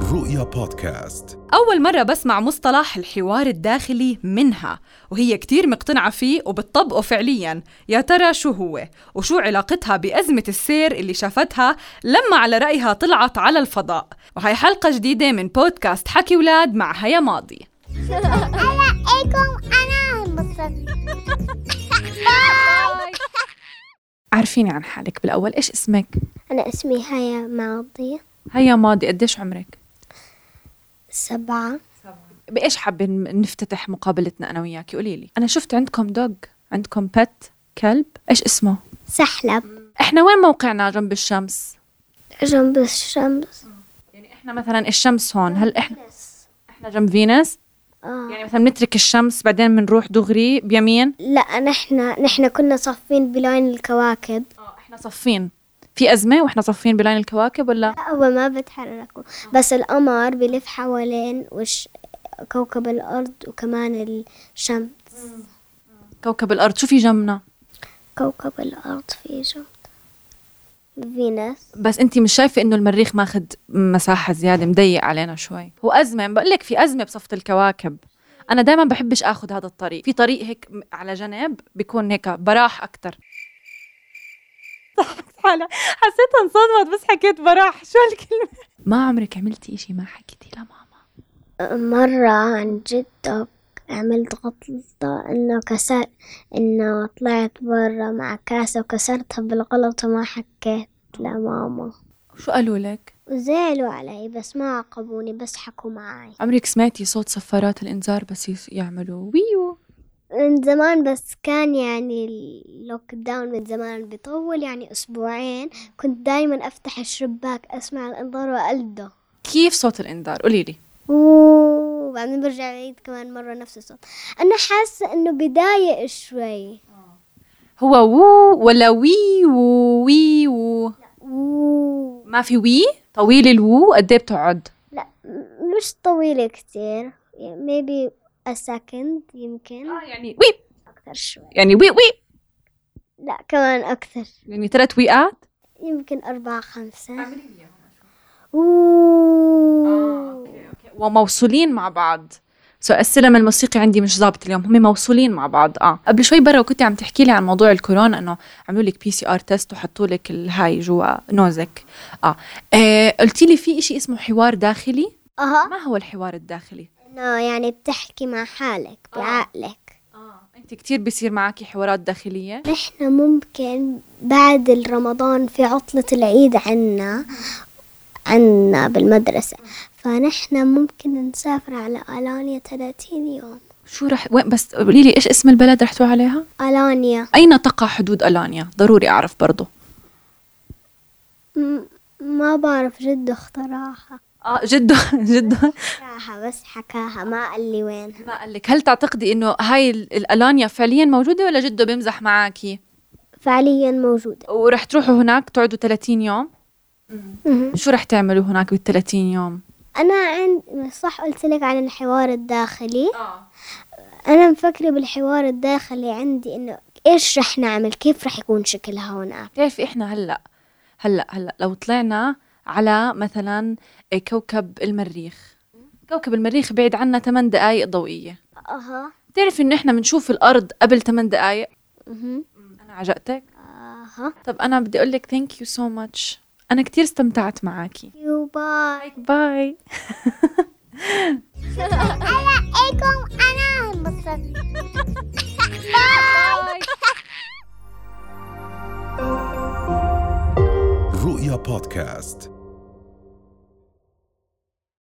رؤيا بودكاست. أول مرة بسمع مصطلح الحوار الداخلي منها، وهي كتير مقتنعة فيه وبتطبقه فعلياً. يا ترى شو هو؟ وشو علاقتها بأزمة السير اللي شافتها لما على رأيها طلعت على الفضاء؟ وهي حلقة جديدة من بودكاست حكي ولاد مع هيا ماضي. عارفيني عن حالك بالأول، إيش اسمك؟ أنا اسمي هيا ماضي. هيا ماضي، قديش عمرك؟ 7. بإيش حابة نفتتح مقابلتنا أنا وياكي؟ قوليلي. أنا شفت عندكم دوغ، عندكم بت كلب، إيش اسمه؟ سحلب. إحنا وين موقعنا جنب الشمس؟ جنب الشمس. يعني إحنا مثلا الشمس هون، هل إحنا جنب فينوس؟ يعني مثلا نترك الشمس بعدين بنروح دغري بيمين؟ لا، نحن كنا صفين بلاين الكواكب. إحنا صفين في أزمة وإحنا صفين بلاين الكواكب ولا؟ لا، هو ما بتحركوا، بس القمر بيلف حوالين كوكب الأرض وكمان الشمس. كوكب الأرض شو في جنبنا؟ كوكب الأرض في جنب فينوس. بس أنتي مش شايفة إنه المريخ ماخد مساحة زيادة، مضيق علينا شوي؟ هو أزمة، بقولك في أزمة بصفة الكواكب. أنا دايما بحبش أخذ هذا الطريق، في طريق هيك على جنب بيكون هيك براح أكتر. حسيتها انصدمت بس حكيت براح. شو هالكلمة؟ ما عمرك عملتي إشي ما حكيتي لماما؟ مرة عن جد عملت غلطة، إنه طلعت برا مع كاسة وكسرتها بالغلط وما حكيت لماما. شو قالوا لك؟ وزعلوا علي بس ما عاقبوني، بس حكوا معي. عمرك سمعتي صوت صفارات الإنذار بس يعملوا ويو؟ من زمان، بس كان يعني اللوك داون من زمان بيطول، يعني أسبوعين. كنت دايما أفتح الشباك أسمع الإنذار وأقلده. كيف صوت الإنذار؟ قوليلي. وبعدين برجع عيد كمان مرة نفس الصوت. أنا حاسة إنه بضايق شوي. هو وو ولا وي وي و؟ ما في وي؟ طويل الوو قد ايه بتقعد؟ لا، مش طويلة كتير، maybe a second يمكن. يعني وي أكثر شوي. يعني وي لا، كمان أكثر، يعني 3 ويقات يمكن 4 5. أوكي. وموصولين مع بعض. السلم الموسيقي عندي مش ضابط اليوم، هم موصولين مع بعض. قبل شوي برا وكنت عم تحكي لي عن موضوع الكورونا، انه عملوا لك PCR تيست وحطوا لك الهاي جوا نوزك. قلتي لي في إشي اسمه حوار داخلي. ما هو الحوار الداخلي؟ إنه يعني بتحكي مع حالك بعقلك. انت كتير بيصير معاكي حوارات داخلية؟ نحن ممكن بعد رمضان في عطلة العيد عنا بالمدرسة، فنحن ممكن نسافر على ألانيا 30 يوم. شو وين بس قولي لي ايش اسم البلد رحتوا عليها؟ ألانيا. اين تقع حدود ألانيا؟ ضروري اعرف برضو. ما بعرف، جده اختراها. جده بس حكاها، ما قال لي وين. ما قال لك؟ هل تعتقدي انه هاي الألانيا فعليا موجودة ولا جده بيمزح معاكي؟ فعليا موجودة. ورح تروحوا هناك تقعدوا 30 يوم؟ شو رح تعملوا هناك بال30 يوم؟ أنا صح قلت لك عن الحوار الداخلي. أنا مفكرة بالحوار الداخلي عندي إنه إيش رح نعمل، كيف رح يكون شكلها هناك. كيف إحنا هلأ لو طلعنا على مثلا كوكب المريخ. كوكب المريخ بعيد عنا 8 دقايق ضوئية. تعرف إنه إحنا بنشوف الأرض قبل 8 دقايق. أنا عجقتك. طب أنا بدي أقول لك thank you so much. أنا كتير استمتعت معاكي. باي. أنا انبسطت. رؤيا بودكاست.